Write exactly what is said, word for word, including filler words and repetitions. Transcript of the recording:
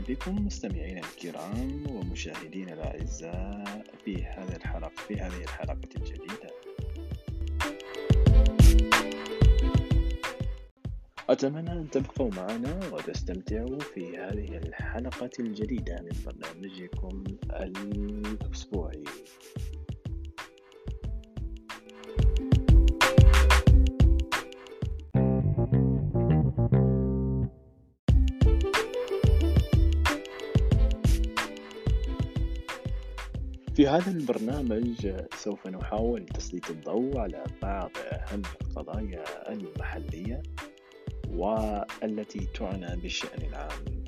بكم مستمعينا الكرام ومشاهدينا الأعزاء في هذه الحلقة في هذه الحلقة الجديدة. أتمنى أن تبقوا معنا وتستمتعوا في هذه الحلقة الجديدة من برنامجكم الأسبوعي. في هذا البرنامج سوف نحاول تسليط الضوء على بعض أهم القضايا المحلية والتي تعنى بالشأن العام